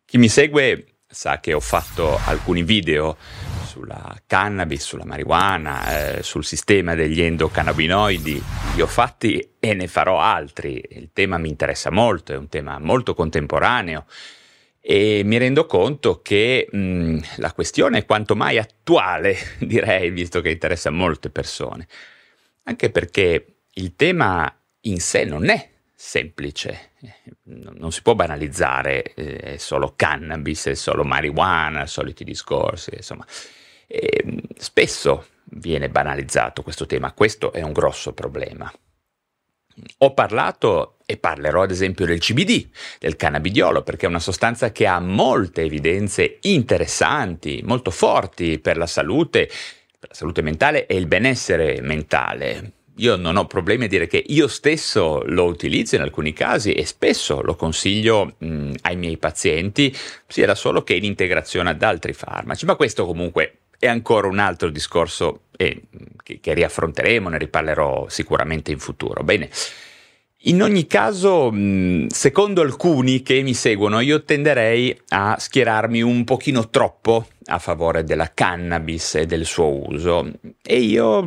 Chi mi segue sa che ho fatto alcuni video sulla cannabis, sulla marijuana, sul sistema degli endocannabinoidi. Li ho fatti e ne farò altri. Il tema mi interessa molto, è un tema molto contemporaneo e mi rendo conto che la questione è quanto mai attuale, direi, visto che interessa molte persone. Anche perché il tema in sé non è semplice, non si può banalizzare, è solo cannabis, è solo marijuana, soliti discorsi, insomma. Spesso viene banalizzato questo tema, questo è un grosso problema. Ho parlato e parlerò ad esempio del CBD, del cannabidiolo, perché è una sostanza che ha molte evidenze interessanti, molto forti per la salute mentale e il benessere mentale. Io non ho problemi a dire che io stesso lo utilizzo in alcuni casi e spesso lo consiglio ai miei pazienti, sia da solo che in integrazione ad altri farmaci, ma questo comunque è ancora un altro discorso che riaffronteremo, ne riparlerò sicuramente in futuro. Bene, in ogni caso, secondo alcuni che mi seguono, io tenderei a schierarmi un pochino troppo a favore della cannabis e del suo uso. E io,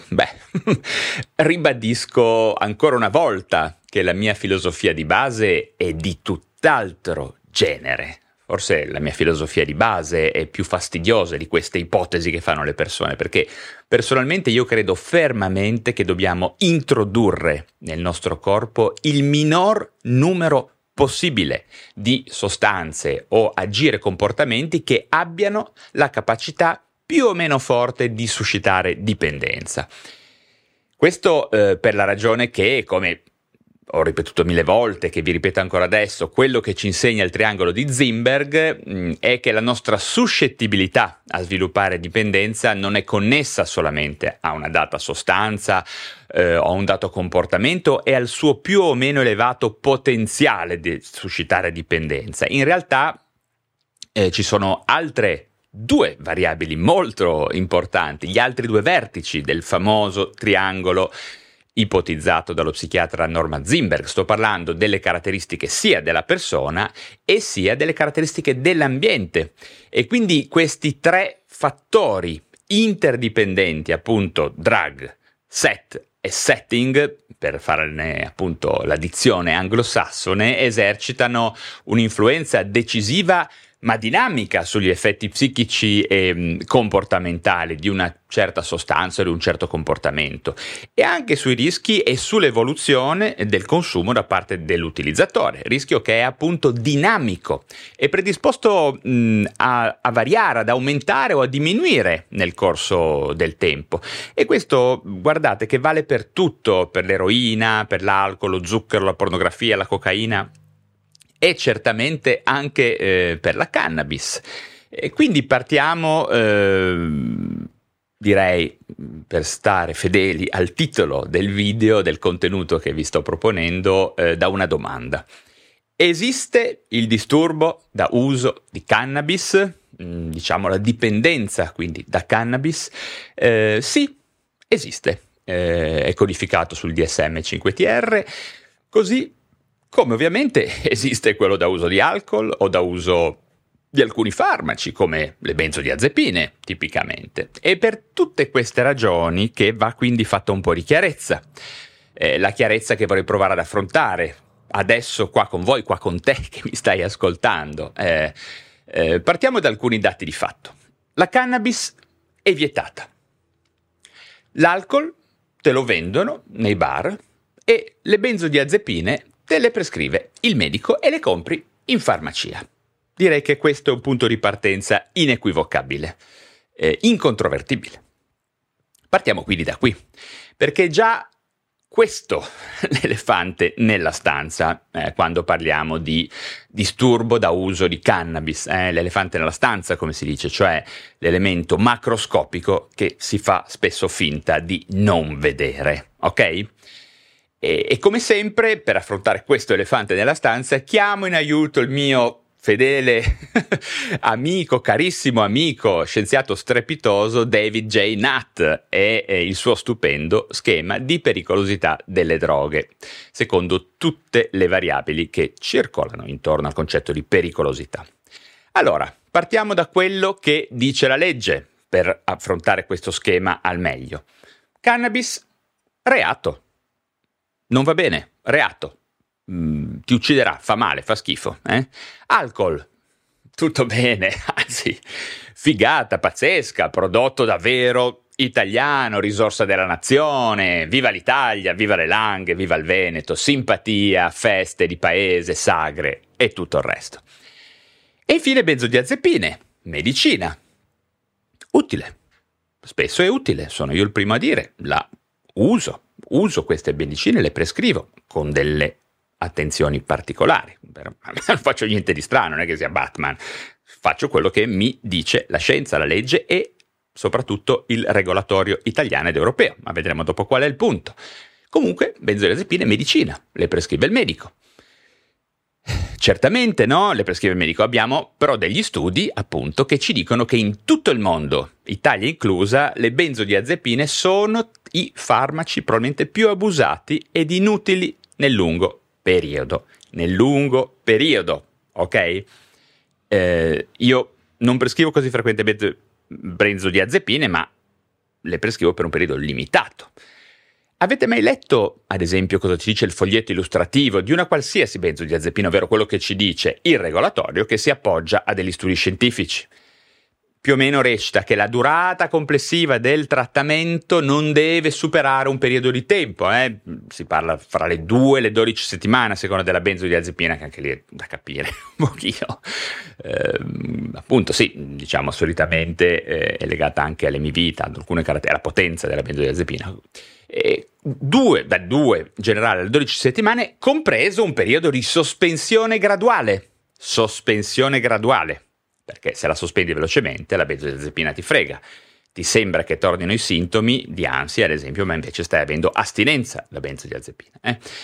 ribadisco ancora una volta che la mia filosofia di base è di tutt'altro genere. Forse la mia filosofia di base è più fastidiosa di queste ipotesi che fanno le persone, perché personalmente io credo fermamente che dobbiamo introdurre nel nostro corpo il minor numero possibile di sostanze o agire comportamenti che abbiano la capacità più o meno forte di suscitare dipendenza. Questo per la ragione che, come ho ripetuto 1000 volte, che vi ripeto ancora adesso, quello che ci insegna il triangolo di Zimberg è che la nostra suscettibilità a sviluppare dipendenza non è connessa solamente a una data sostanza o a un dato comportamento e al suo più o meno elevato potenziale di suscitare dipendenza. In realtà ci sono altre due variabili molto importanti, gli altri due vertici del famoso triangolo ipotizzato dallo psichiatra Norman Zimberg. Sto parlando delle caratteristiche sia della persona e sia delle caratteristiche dell'ambiente. E quindi questi tre fattori interdipendenti, appunto drug, set e setting, per farne appunto la dizione anglosassone, esercitano un'influenza decisiva ma dinamica sugli effetti psichici e comportamentali di una certa sostanza o di un certo comportamento e anche sui rischi e sull'evoluzione del consumo da parte dell'utilizzatore, rischio che è appunto dinamico e predisposto a variare, ad aumentare o a diminuire nel corso del tempo. E questo, guardate, che vale per tutto, per l'eroina, per l'alcol, lo zucchero, la pornografia, la cocaina, e certamente anche per la cannabis. E quindi partiamo, direi, per stare fedeli al titolo del video, del contenuto che vi sto proponendo, da una domanda. Esiste il disturbo da uso di cannabis? Diciamo la dipendenza quindi da cannabis? Sì, esiste. È codificato sul DSM-5TR, così come ovviamente esiste quello da uso di alcol o da uso di alcuni farmaci, come le benzodiazepine, tipicamente. E per tutte queste ragioni che va quindi fatta un po' di chiarezza. La chiarezza che vorrei provare ad affrontare adesso qua con voi, qua con te che mi stai ascoltando. Partiamo da alcuni dati di fatto. La cannabis è vietata. L'alcol te lo vendono nei bar e le benzodiazepine te le prescrive il medico e le compri in farmacia. Direi che questo è un punto di partenza inequivocabile, incontrovertibile. Partiamo quindi da qui, perché già questo l'elefante nella stanza, quando parliamo di disturbo da uso di cannabis, l'elefante nella stanza, come si dice, cioè l'elemento macroscopico che si fa spesso finta di non vedere, ok? E come sempre, per affrontare questo elefante nella stanza, chiamo in aiuto il mio fedele amico, carissimo amico, scienziato strepitoso David J. Nutt e il suo stupendo schema di pericolosità delle droghe, secondo tutte le variabili che circolano intorno al concetto di pericolosità. Allora, partiamo da quello che dice la legge per affrontare questo schema al meglio. Cannabis, reato. Non va bene, reato. Ti ucciderà, fa male, fa schifo. Alcol, tutto bene, anzi, figata pazzesca, prodotto davvero italiano, risorsa della nazione, viva l'Italia, viva le Langhe, viva il Veneto, simpatia, feste di paese, sagre e tutto il resto. E infine benzodiazepine, medicina, utile, spesso è utile, sono io il primo a dire, la uso queste medicine, le prescrivo con delle attenzioni particolari, non faccio niente di strano, non è che sia Batman, faccio quello che mi dice la scienza, la legge e soprattutto il regolatorio italiano ed europeo, ma vedremo dopo qual è il punto. Comunque, benzodiazepine, medicina, le prescrive il medico. Certamente no, le prescrive il medico, abbiamo però degli studi appunto che ci dicono che in tutto il mondo, Italia inclusa, le benzodiazepine sono i farmaci probabilmente più abusati ed inutili nel lungo periodo. Nel lungo periodo, ok? Io non prescrivo così frequentemente benzodiazepine, ma le prescrivo per un periodo limitato. Avete mai letto, ad esempio, cosa ci dice il foglietto illustrativo di una qualsiasi benzodiazepina, ovvero quello che ci dice il regolatorio che si appoggia a degli studi scientifici? Più o meno recita che la durata complessiva del trattamento non deve superare un periodo di tempo. Si parla fra le 2 e le 12 settimane a seconda della benzodiazepina, che anche lì è da capire un pochino. Appunto sì, diciamo solitamente è legata anche all'emivita, ad alcune caratteristiche, alla potenza della benzodiazepina. Da 2 generale alle 12 settimane, compreso un periodo di sospensione graduale. Sospensione graduale. Perché se la sospendi velocemente la benzodiazepina ti frega, ti sembra che tornino i sintomi di ansia ad esempio, ma invece stai avendo astinenza da benzodiazepina.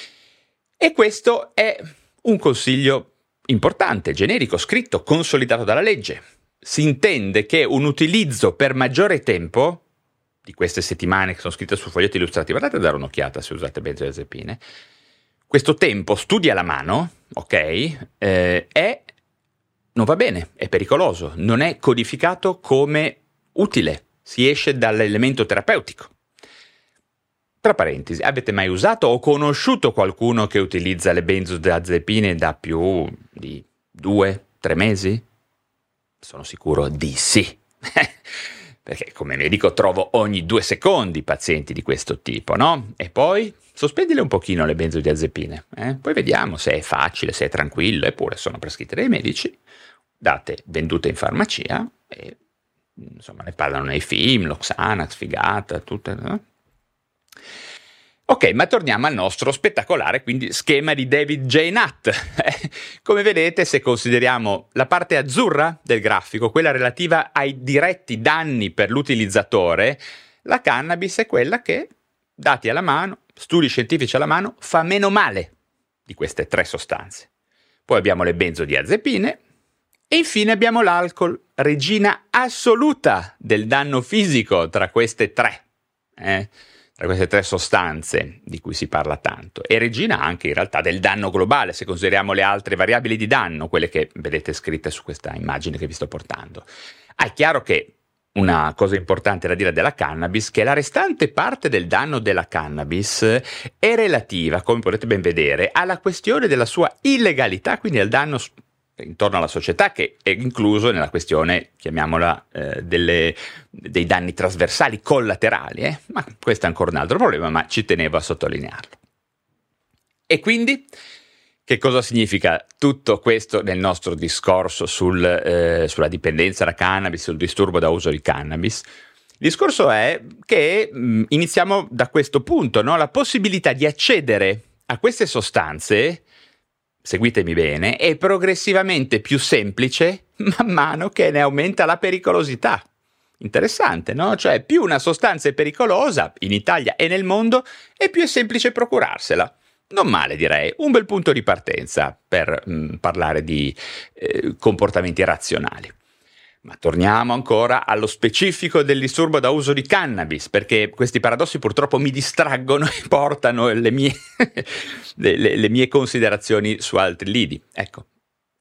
E questo è un consiglio importante, generico, scritto, consolidato dalla legge. Si intende che un utilizzo per maggiore tempo di queste settimane che sono scritte sul foglietto illustrativo, andate a dare un'occhiata se usate benzodiazepine, questo tempo, studi alla mano, ok, non va bene, è pericoloso, non è codificato come utile, si esce dall'elemento terapeutico. Tra parentesi, avete mai usato o conosciuto qualcuno che utilizza le benzodiazepine da più di 2-3 mesi? Sono sicuro di sì. Perché come medico trovo ogni 2 secondi pazienti di questo tipo, no? E poi sospendile un pochino le benzodiazepine, poi vediamo se è facile, se è tranquillo, eppure sono prescritte dai medici, vendute in farmacia e insomma ne parlano nei film, lo Xanax, figata, tutte, no? Ok, ma torniamo al nostro spettacolare quindi schema di David J. Nutt. Come vedete, se consideriamo la parte azzurra del grafico, quella relativa ai diretti danni per l'utilizzatore, la cannabis è quella che, dati alla mano, studi scientifici alla mano, fa meno male di queste 3 sostanze. Poi abbiamo le benzodiazepine e infine abbiamo l'alcol, regina assoluta del danno fisico tra queste 3. Tra queste 3 sostanze di cui si parla tanto, e regina anche in realtà del danno globale, se consideriamo le altre variabili di danno, quelle che vedete scritte su questa immagine che vi sto portando. È chiaro che una cosa importante da dire della cannabis, che la restante parte del danno della cannabis è relativa, come potete ben vedere, alla questione della sua illegalità, quindi al danno intorno alla società, che è incluso nella questione, chiamiamola, dei danni trasversali, collaterali, ma questo è ancora un altro problema, ma ci tenevo a sottolinearlo. E quindi, che cosa significa tutto questo nel nostro discorso sulla dipendenza da cannabis, sul disturbo da uso di cannabis? Il discorso è che iniziamo da questo punto, no? La possibilità di accedere a queste sostanze, seguitemi bene, è progressivamente più semplice man mano che ne aumenta la pericolosità. Interessante, no? Cioè, più una sostanza è pericolosa in Italia e nel mondo, e più è semplice procurarsela. Non male, direi, un bel punto di partenza per parlare di comportamenti razionali. Ma torniamo ancora allo specifico del disturbo da uso di cannabis, perché questi paradossi purtroppo mi distraggono e portano le mie considerazioni su altri lidi. Ecco,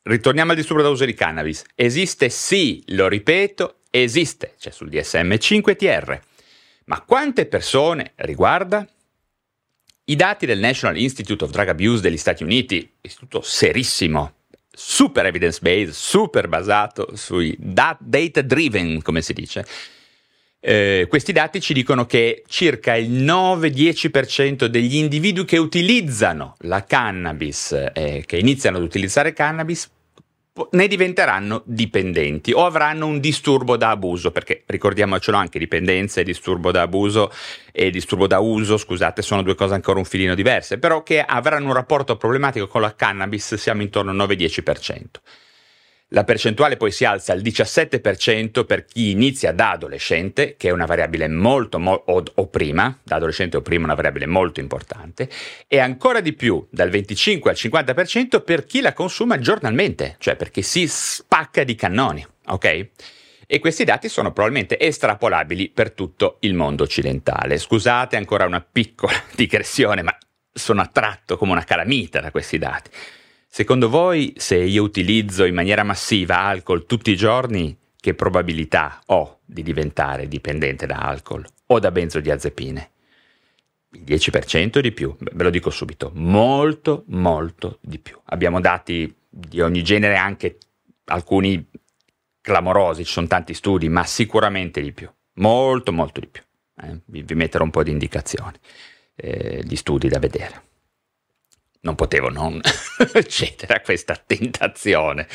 ritorniamo al disturbo da uso di cannabis. Esiste, sì, lo ripeto, esiste, c'è sul DSM-5TR. Ma quante persone riguarda? I dati del National Institute of Drug Abuse degli Stati Uniti, istituto serissimo, super evidence-based, super basato sui data-driven, come si dice. Questi dati ci dicono che circa il 9-10% degli individui che utilizzano la cannabis, che iniziano ad utilizzare cannabis, ne diventeranno dipendenti o avranno un disturbo da abuso, perché ricordiamocelo, anche dipendenza e disturbo da abuso e disturbo da uso, scusate, sono due cose ancora un filino diverse, però che avranno un rapporto problematico con la cannabis siamo intorno al 9-10%. La percentuale poi si alza al 17% per chi inizia da adolescente, che è una variabile o prima, da adolescente o prima una variabile molto importante, e ancora di più, dal 25 al 50% per chi la consuma giornalmente, cioè perché si spacca di cannoni, ok? E questi dati sono probabilmente estrapolabili per tutto il mondo occidentale. Scusate ancora una piccola digressione, ma sono attratto come una calamita da questi dati. Secondo voi, se io utilizzo in maniera massiva alcol tutti i giorni, che probabilità ho di diventare dipendente da alcol o da benzodiazepine? Il 10% di più, ve lo dico subito, molto molto di più. Abbiamo dati di ogni genere, anche alcuni clamorosi, ci sono tanti studi, ma sicuramente di più, molto molto di più. Vi metterò un po' di indicazioni, di studi da vedere. Non potevo non cedere a questa tentazione.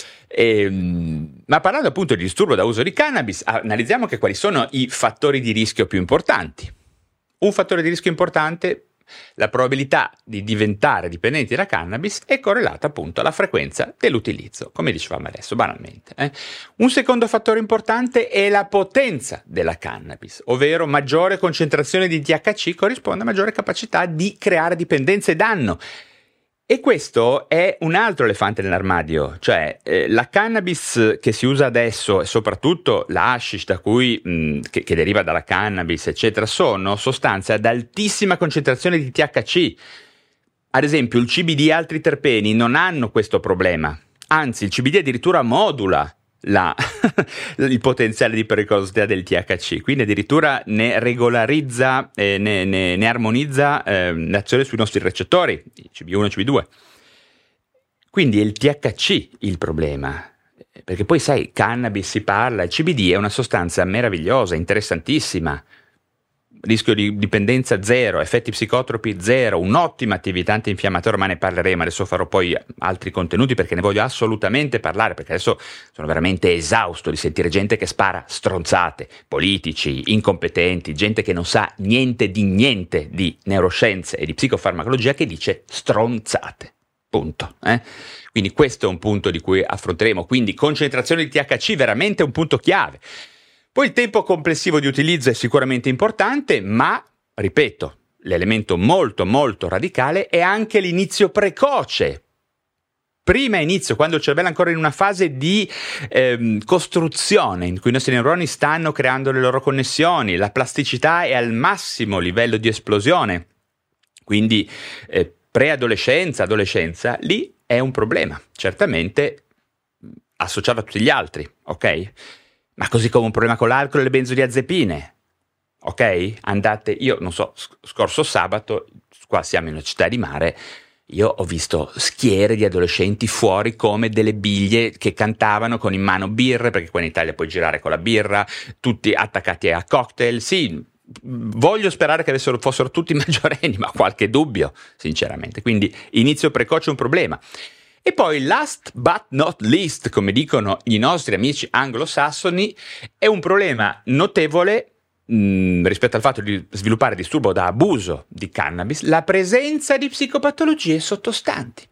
Ma parlando appunto di disturbo da uso di cannabis, analizziamo che quali sono i fattori di rischio più importanti. Un fattore di rischio importante, la probabilità di diventare dipendenti da cannabis, è correlata appunto alla frequenza dell'utilizzo, come dicevamo adesso, banalmente. Un secondo fattore importante è la potenza della cannabis, ovvero maggiore concentrazione di THC corrisponde a maggiore capacità di creare dipendenza e danno. E questo è un altro elefante nell'armadio, cioè la cannabis che si usa adesso e soprattutto l'hashish che deriva dalla cannabis, eccetera, sono sostanze ad altissima concentrazione di THC. Ad esempio il CBD e altri terpeni non hanno questo problema, anzi il CBD addirittura modula il potenziale di pericolosità del THC, quindi addirittura ne regolarizza, ne armonizza l'azione sui nostri recettori, CB1 e CB2. Quindi è il THC il problema, perché poi sai, cannabis si parla, il CBD è una sostanza meravigliosa, interessantissima, rischio di dipendenza zero, effetti psicotropi zero, un'ottima attività antinfiammatoria, ma ne parleremo, adesso farò poi altri contenuti perché ne voglio assolutamente parlare, perché adesso sono veramente esausto di sentire gente che spara stronzate, politici, incompetenti, gente che non sa niente di neuroscienze e di psicofarmacologia che dice stronzate, punto. Quindi questo è un punto di cui affronteremo, quindi concentrazione di THC veramente un punto chiave. Poi il tempo complessivo di utilizzo è sicuramente importante, ma, ripeto, l'elemento molto molto radicale è anche l'inizio precoce. Prima inizio, quando il cervello è ancora in una fase di costruzione, in cui i nostri neuroni stanno creando le loro connessioni, la plasticità è al massimo livello di esplosione. Quindi preadolescenza, adolescenza, lì è un problema, certamente associato a tutti gli altri, ok? Ma così come un problema con l'alcol e le benzodiazepine, ok? Io non so, scorso sabato, qua siamo in una città di mare, io ho visto schiere di adolescenti fuori come delle biglie che cantavano con in mano birre, perché qua in Italia puoi girare con la birra, tutti attaccati a cocktail. Sì, voglio sperare che fossero tutti maggiorenni, ma qualche dubbio, sinceramente. Quindi inizio precoce è un problema. E poi last but not least, come dicono i nostri amici anglosassoni, è un problema notevole rispetto al fatto di sviluppare disturbo da abuso di cannabis, la presenza di psicopatologie sottostanti.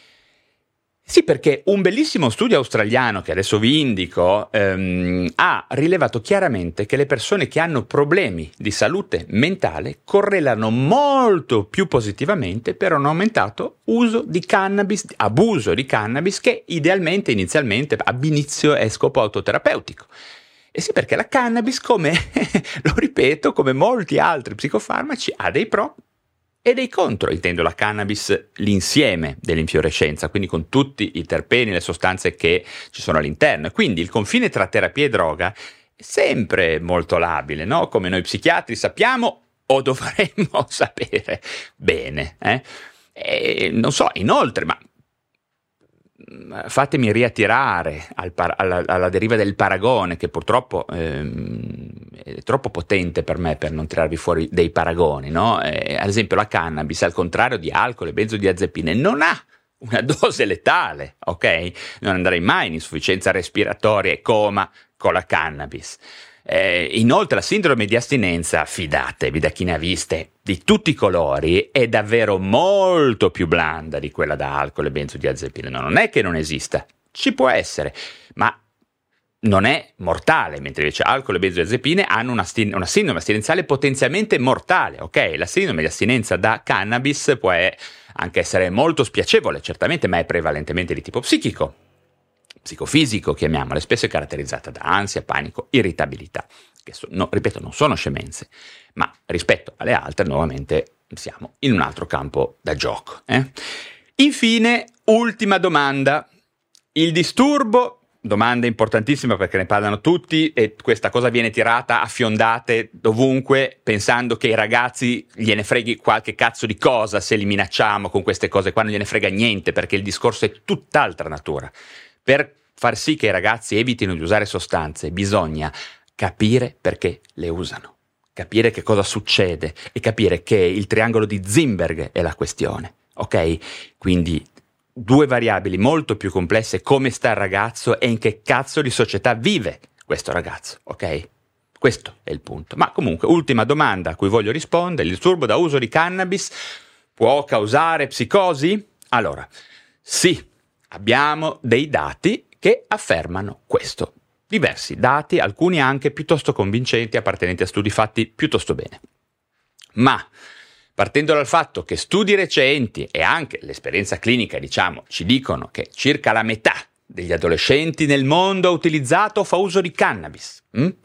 Sì, perché un bellissimo studio australiano, che adesso vi indico, ha rilevato chiaramente che le persone che hanno problemi di salute mentale correlano molto più positivamente per un aumentato uso di cannabis, abuso di cannabis, che inizialmente, ab inizio è scopo autoterapeutico. E sì, perché la cannabis, come, lo ripeto, come molti altri psicofarmaci, ha dei pro e dei contro, intendo la cannabis, l'insieme dell'infiorescenza, quindi con tutti i terpeni e le sostanze che ci sono all'interno. E quindi il confine tra terapia e droga è sempre molto labile, no? Come noi psichiatri sappiamo o dovremmo sapere bene. E non so, inoltre, ma fatemi riattirare alla deriva del paragone, che purtroppo è troppo potente per me per non tirarvi fuori dei paragoni, no? Ad esempio la cannabis, al contrario di alcol e benzodiazepine, non ha una dose letale, ok? Non andrei mai in insufficienza respiratoria e coma con la cannabis. Inoltre la sindrome di astinenza, fidatevi da chi ne ha viste di tutti i colori, è davvero molto più blanda di quella da alcol e benzodiazepine. No, non è che non esista, ci può essere, ma non è mortale, mentre invece alcol e benzodiazepine hanno una sindrome astinenziale potenzialmente mortale, ok? La sindrome di astinenza da cannabis può anche essere molto spiacevole, certamente, ma è prevalentemente di tipo psicofisico, chiamiamole, spesso è caratterizzata da ansia, panico, irritabilità, che ripeto, non sono scemenze, ma rispetto alle altre, nuovamente, siamo in un altro campo da gioco. Infine, ultima domanda. Il disturbo, domanda importantissima perché ne parlano tutti e questa cosa viene tirata a fiondate dovunque, pensando che ai ragazzi gliene freghi qualche cazzo di cosa se li minacciamo con queste cose qua. Non gliene frega niente, perché il discorso è tutt'altra natura. Per far sì che i ragazzi evitino di usare sostanze bisogna capire perché le usano, capire che cosa succede e capire che il triangolo di Zimberg è la questione, ok? Quindi due variabili molto più complesse: come sta il ragazzo e in che cazzo di società vive questo ragazzo, ok? Questo è il punto. Ma comunque, ultima domanda a cui voglio rispondere: il disturbo da uso di cannabis può causare psicosi? Allora, sì. Abbiamo dei dati che affermano questo. Diversi dati, alcuni anche piuttosto convincenti, appartenenti a studi fatti piuttosto bene. Ma, partendo dal fatto che studi recenti e anche l'esperienza clinica, diciamo, ci dicono che circa la metà degli adolescenti nel mondo ha utilizzato o fa uso di cannabis,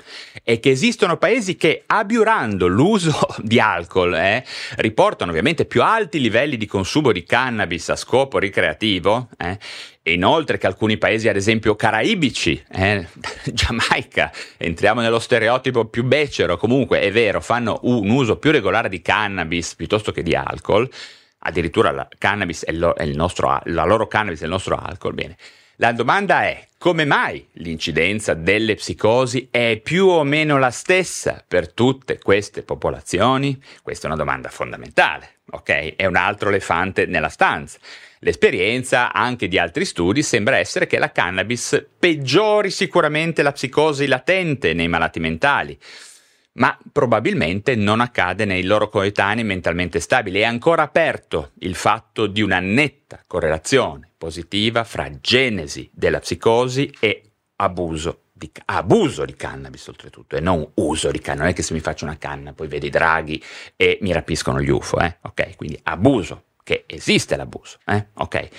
e che esistono paesi che, abiurando l'uso di alcol, riportano ovviamente più alti livelli di consumo di cannabis a scopo ricreativo, e inoltre che alcuni paesi, ad esempio caraibici, Giamaica, entriamo nello stereotipo più becero, comunque è vero, fanno un uso più regolare di cannabis piuttosto che di alcol, addirittura la cannabis è la loro cannabis è il nostro alcol. Bene. La domanda è: come mai l'incidenza delle psicosi è più o meno la stessa per tutte queste popolazioni? Questa è una domanda fondamentale, ok? È un altro elefante nella stanza. L'esperienza anche di altri studi sembra essere che la cannabis peggiori sicuramente la psicosi latente nei malati mentali, ma probabilmente non accade nei loro coetanei mentalmente stabili. È ancora aperto il fatto di una netta correlazione positiva fra genesi della psicosi e abuso di cannabis, oltretutto, e non uso di cannabis. Non è che se mi faccio una canna poi vedo i draghi e mi rapiscono gli UFO, ok? Quindi abuso, che esiste l'abuso, ok?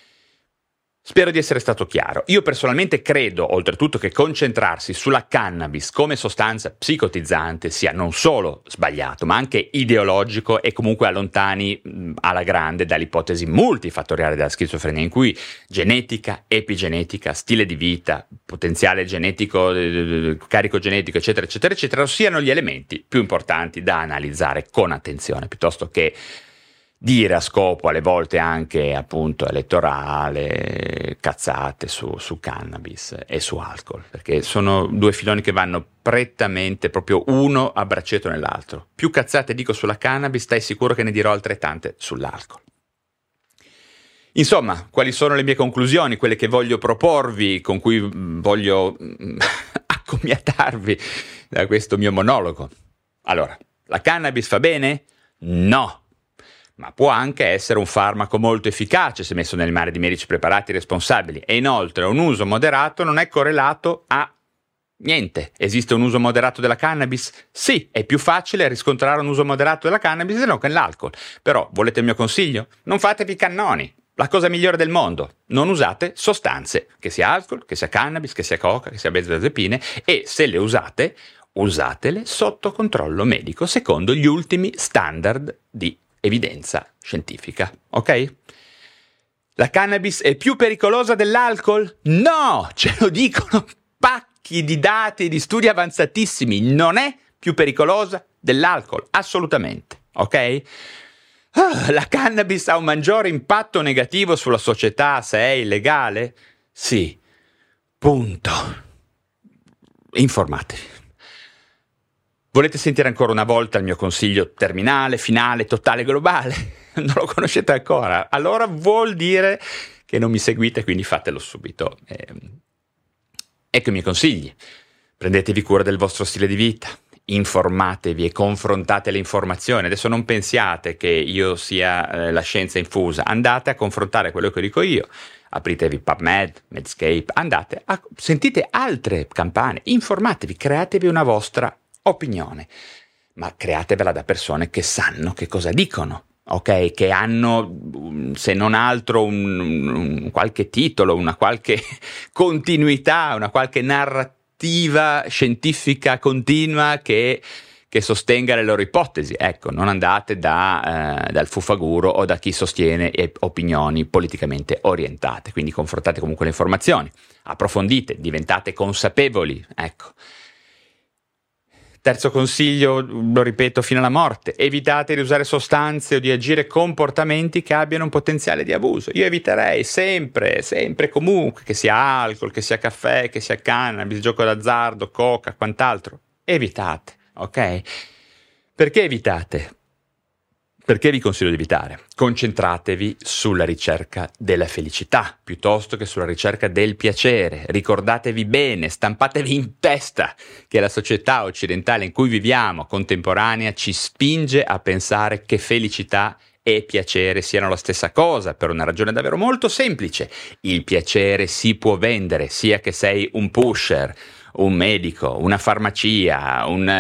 Spero di essere stato chiaro. Io personalmente credo, oltretutto, che concentrarsi sulla cannabis come sostanza psicotizzante sia non solo sbagliato, ma anche ideologico e comunque allontani alla grande dall'ipotesi multifattoriale della schizofrenia, in cui genetica, epigenetica, stile di vita, potenziale genetico, carico genetico, eccetera, eccetera, eccetera, siano gli elementi più importanti da analizzare con attenzione, piuttosto che dire a scopo alle volte anche appunto elettorale cazzate su cannabis e su alcol, perché sono due filoni che vanno prettamente proprio uno a braccetto nell'altro. Più cazzate dico sulla cannabis, stai sicuro che ne dirò altrettante sull'alcol. Insomma, quali sono le mie conclusioni, quelle che voglio proporvi, con cui voglio accomiatarvi da questo mio monologo? Allora, la cannabis fa bene? No! Ma può anche essere un farmaco molto efficace se messo nelle mani di medici preparati e responsabili, e inoltre un uso moderato non è correlato a niente. Esiste un uso moderato della cannabis? Sì, è più facile riscontrare un uso moderato della cannabis che non che l'alcol. Però, volete il mio consiglio? Non fatevi cannoni. La cosa migliore del mondo: non usate sostanze, che sia alcol, che sia cannabis, che sia coca, che sia benzodiazepine, e se le usate, usatele sotto controllo medico secondo gli ultimi standard di evidenza scientifica, ok? La cannabis è più pericolosa dell'alcol? No! Ce lo dicono pacchi di dati e di studi avanzatissimi. Non è più pericolosa dell'alcol, assolutamente, ok? La cannabis ha un maggiore impatto negativo sulla società se è illegale? Sì, punto. Informatevi. Volete sentire ancora una volta il mio consiglio terminale, finale, totale, globale? Non lo conoscete ancora? Allora vuol dire che non mi seguite, quindi fatelo subito. Ecco i miei consigli. Prendetevi cura del vostro stile di vita. Informatevi e confrontate le informazioni. Adesso non pensiate che io sia la scienza infusa. Andate a confrontare quello che dico io. Apritevi PubMed, Medscape, sentite altre campane, informatevi, createvi una vostra opinione, ma createvela da persone che sanno che cosa dicono, ok? Che hanno, se non altro, un qualche titolo, una qualche continuità, una qualche narrativa scientifica continua che sostenga le loro ipotesi. Ecco, non andate dal fuffaguro o da chi sostiene opinioni politicamente orientate. Quindi confrontate comunque le informazioni, approfondite, diventate consapevoli. Ecco. Terzo consiglio, lo ripeto fino alla morte: evitate di usare sostanze o di agire comportamenti che abbiano un potenziale di abuso. Io eviterei sempre, sempre, comunque, che sia alcol, che sia caffè, che sia cannabis, gioco d'azzardo, coca, quant'altro. Evitate. Ok? Perché evitate? Perché vi consiglio di evitare? Concentratevi sulla ricerca della felicità piuttosto che sulla ricerca del piacere. Ricordatevi bene, stampatevi in testa che la società occidentale in cui viviamo, contemporanea, ci spinge a pensare che felicità e piacere siano la stessa cosa, per una ragione davvero molto semplice. Il piacere si può vendere, sia che sei un pusher, un medico, una farmacia,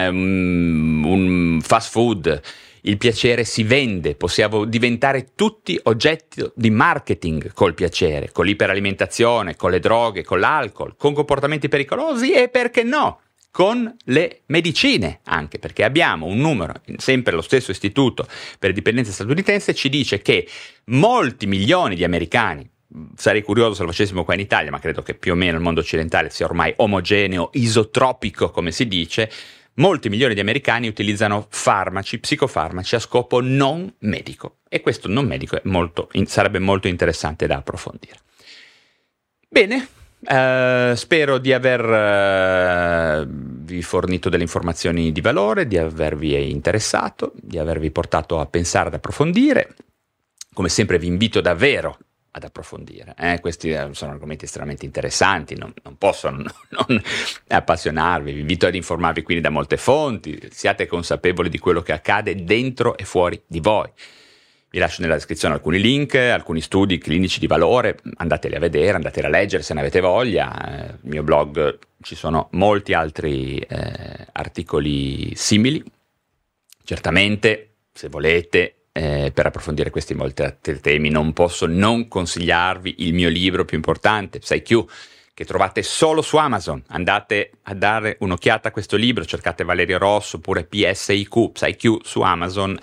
un fast food. Il piacere si vende, possiamo diventare tutti oggetto di marketing col piacere, con l'iperalimentazione, con le droghe, con l'alcol, con comportamenti pericolosi e, perché no, con le medicine anche, perché abbiamo un numero, sempre lo stesso istituto per dipendenza statunitense ci dice che molti milioni di americani, sarei curioso se lo facessimo qua in Italia, ma credo che più o meno il mondo occidentale sia ormai omogeneo, isotropico come si dice, molti milioni di americani utilizzano farmaci, psicofarmaci a scopo non medico, e questo non medico sarebbe molto interessante da approfondire. Bene, spero di avervi fornito delle informazioni di valore, di avervi interessato, di avervi portato a pensare, ad approfondire. Come sempre vi invito davvero ad approfondire. Questi sono argomenti estremamente interessanti, non posso non appassionarvi, vi invito ad informarvi quindi da molte fonti, siate consapevoli di quello che accade dentro e fuori di voi. Vi lascio nella descrizione alcuni link, alcuni studi clinici di valore, andateli a vedere, andateli a leggere se ne avete voglia. Nel mio blog ci sono molti altri articoli simili. Certamente, se volete, per approfondire questi molti altri temi, non posso non consigliarvi il mio libro più importante, PsyQ, che trovate solo su Amazon. Andate a dare un'occhiata a questo libro, cercate Valerio Rosso oppure PSIQ su Amazon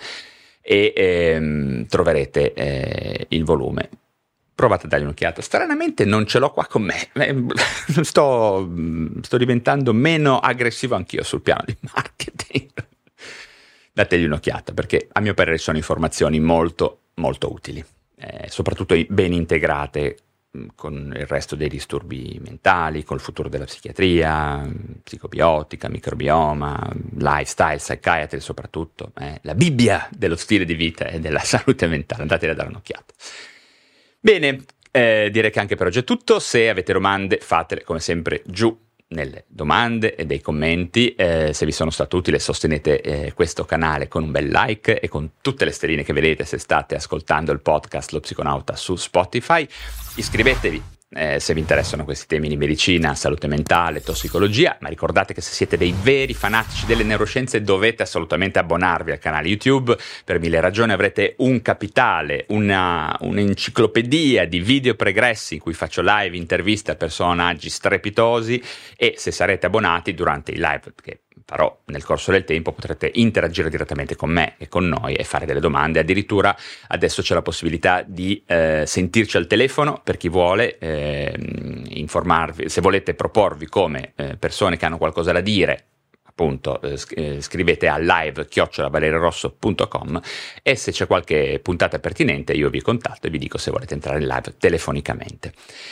e troverete il volume. Provate a dargli un'occhiata. Stranamente non ce l'ho qua con me. Sto diventando meno aggressivo anch'io sul piano di marketing. Dategli un'occhiata, perché a mio parere sono informazioni molto molto utili, soprattutto ben integrate con il resto dei disturbi mentali, col futuro della psichiatria, psicobiotica, microbioma, lifestyle, psychiatry soprattutto, la Bibbia dello stile di vita e della salute mentale. Andate a dare un'occhiata. Bene, direi che anche per oggi è tutto. Se avete domande fatele come sempre giù nelle domande e dei commenti. Se vi sono stato utile, sostenete questo canale con un bel like e con tutte le stelline che vedete se state ascoltando il podcast Lo Psiconauta su Spotify. Iscrivetevi se vi interessano questi temi di medicina, salute mentale, tossicologia, ma ricordate che se siete dei veri fanatici delle neuroscienze dovete assolutamente abbonarvi al canale YouTube. Per mille ragioni avrete un capitale, un'enciclopedia di video pregressi in cui faccio live interviste a personaggi strepitosi, e se sarete abbonati durante i live, che farò nel corso del tempo, potrete interagire direttamente con me e con noi e fare delle domande. Addirittura adesso c'è la possibilità di sentirci al telefono per chi vuole, informarvi, se volete proporvi come persone che hanno qualcosa da dire. Appunto, scrivete a live@valeriorosso.com e se c'è qualche puntata pertinente io vi contatto e vi dico se volete entrare in live telefonicamente.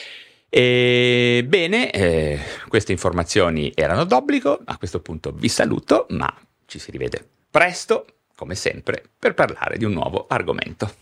Bene, queste informazioni erano d'obbligo, a questo punto vi saluto, ma ci si rivede presto, come sempre, per parlare di un nuovo argomento.